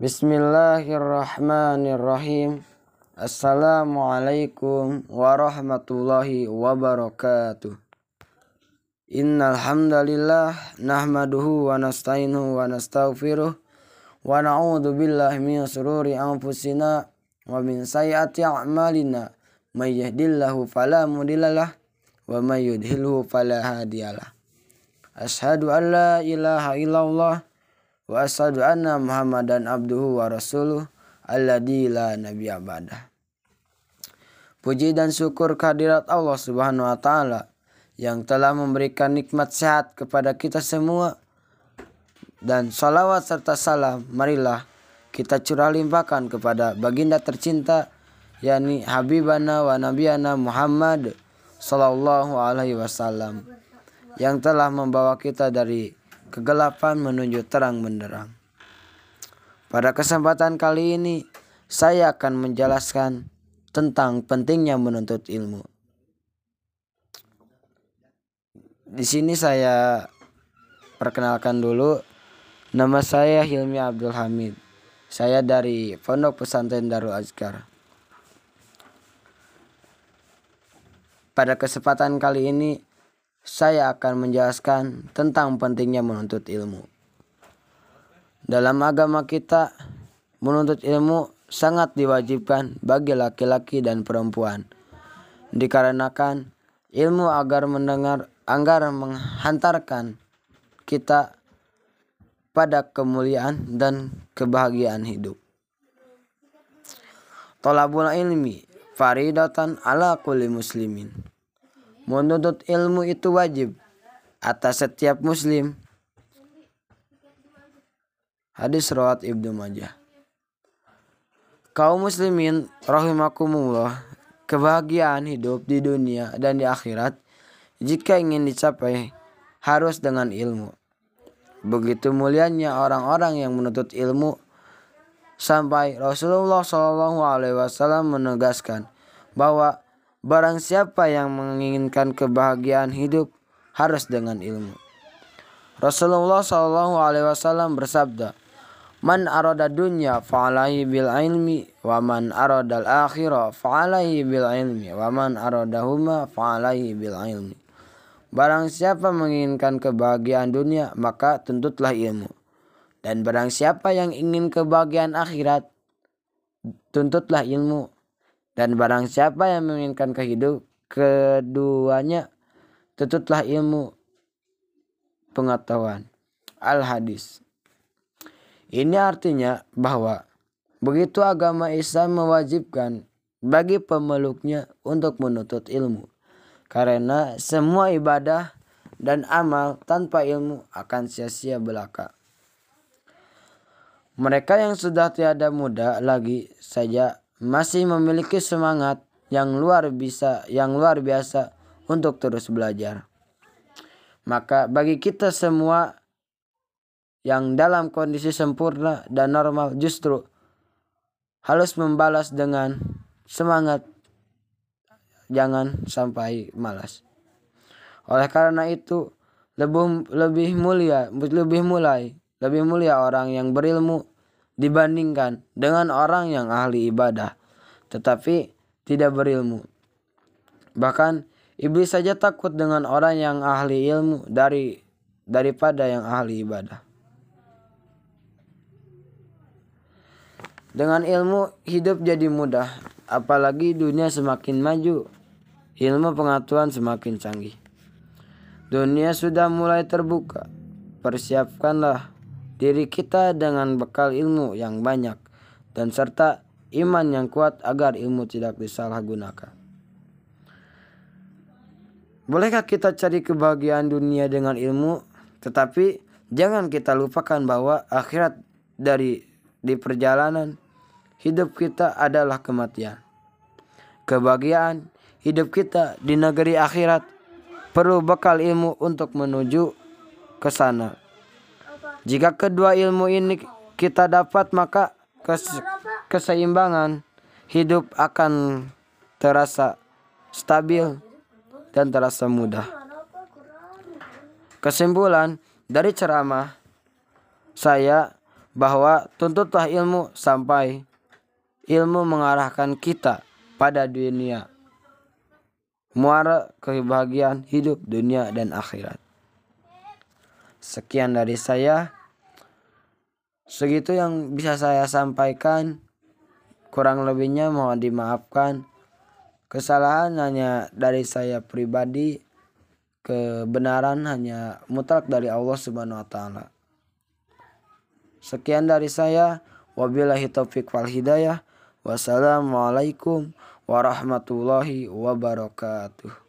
Bismillahirrahmanirrahim. Assalamualaikum warahmatullahi wabarakatuh. Innal hamdalillah nahmaduhu wa nasta'inuhu wa nastaghfiruh wa na'udzu billahi min shururi anfusina wa min sayyiati a'malina. May yahdihillahu fala mudhillalah wa may yudhlilhu fala hadiyalah. Asyhadu an la ilaha illallah wa asyhadu anna Muhammadan abduhu wa rasuluh alladzi la nabiyya ba'dah. Puji dan syukur kehadirat Allah Subhanahu wa taala yang telah memberikan nikmat sehat kepada kita semua, dan salawat serta salam marilah kita curah limpahkan kepada baginda tercinta, yakni habibana wa nabiyana Muhammad sallallahu alaihi wasallam, yang telah membawa kita dari kegelapan menuju terang benderang. Pada kesempatan kali ini saya akan menjelaskan tentang pentingnya menuntut ilmu. Di sini saya perkenalkan dulu, nama saya Hilmi Abdul Hamid. Saya dari Pondok Pesantren Darul Azkar. Pada kesempatan kali ini saya akan menjelaskan tentang pentingnya menuntut ilmu. Dalam agama kita, menuntut ilmu sangat diwajibkan bagi laki-laki dan perempuan. Dikarenakan ilmu agar menghantarkan kita pada kemuliaan dan kebahagiaan hidup. Thalabul ilmi faridatan ala kulli muslimin. Menuntut ilmu itu wajib atas setiap muslim. Hadis riwayat Ibnu Majah. Kaum muslimin rahimakumullah, kebahagiaan hidup di dunia dan di akhirat jika ingin dicapai harus dengan ilmu. Begitu mulianya orang-orang yang menuntut ilmu sampai Rasulullah SAW menegaskan bahwa barang siapa yang menginginkan kebahagiaan hidup harus dengan ilmu. Rasulullah SAW bersabda, "Man arada dunya fa'alaihi bil ilmi wa man arada al-akhirah fa'alaihi bil ilmi wa man aradahuma fa'alaihi bil ilmi." Barang siapa menginginkan kebahagiaan dunia maka tuntutlah ilmu. Dan barang siapa yang ingin kebahagiaan akhirat tuntutlah ilmu. Dan barang siapa yang menginginkan keduanya tuntutlah ilmu pengetahuan. Al-Hadis. Ini artinya bahwa begitu agama Islam mewajibkan bagi pemeluknya untuk menuntut ilmu, karena semua ibadah dan amal tanpa ilmu akan sia-sia belaka. Mereka yang sudah tiada muda lagi saja masih memiliki semangat yang luar biasa untuk terus belajar. Maka bagi kita semua yang dalam kondisi sempurna dan normal justru harus membalas dengan semangat, jangan sampai malas. Oleh karena itu lebih mulia orang yang berilmu dibandingkan dengan orang yang ahli ibadah tetapi tidak berilmu. Bahkan iblis saja takut dengan orang yang ahli ilmu daripada yang ahli ibadah. Dengan ilmu hidup jadi mudah, apalagi dunia semakin maju, ilmu pengetahuan semakin canggih. Dunia sudah mulai terbuka. Persiapkanlah diri kita dengan bekal ilmu yang banyak dan serta iman yang kuat agar ilmu tidak disalahgunakan. Bolehkah kita cari kebahagiaan dunia dengan ilmu? Tetapi jangan kita lupakan bahwa akhirat di perjalanan hidup kita adalah kematian. Kebahagiaan hidup kita di negeri akhirat perlu bekal ilmu untuk menuju ke sana. Jika kedua ilmu ini kita dapat, maka keseimbangan hidup akan terasa stabil dan terasa mudah. Kesimpulan dari ceramah saya bahwa tuntutlah ilmu sampai ilmu mengarahkan kita pada dunia, muara kebahagiaan hidup dunia dan akhirat. Sekian dari saya. Segitu yang bisa saya sampaikan. Kurang lebihnya mohon dimaafkan. Kesalahan hanya dari saya pribadi. Kebenaran hanya mutlak dari Allah Subhanahu wa taala. Sekian dari saya. Wabillahi taufiq wal hidayah. Wassalamualaikum warahmatullahi wabarakatuh.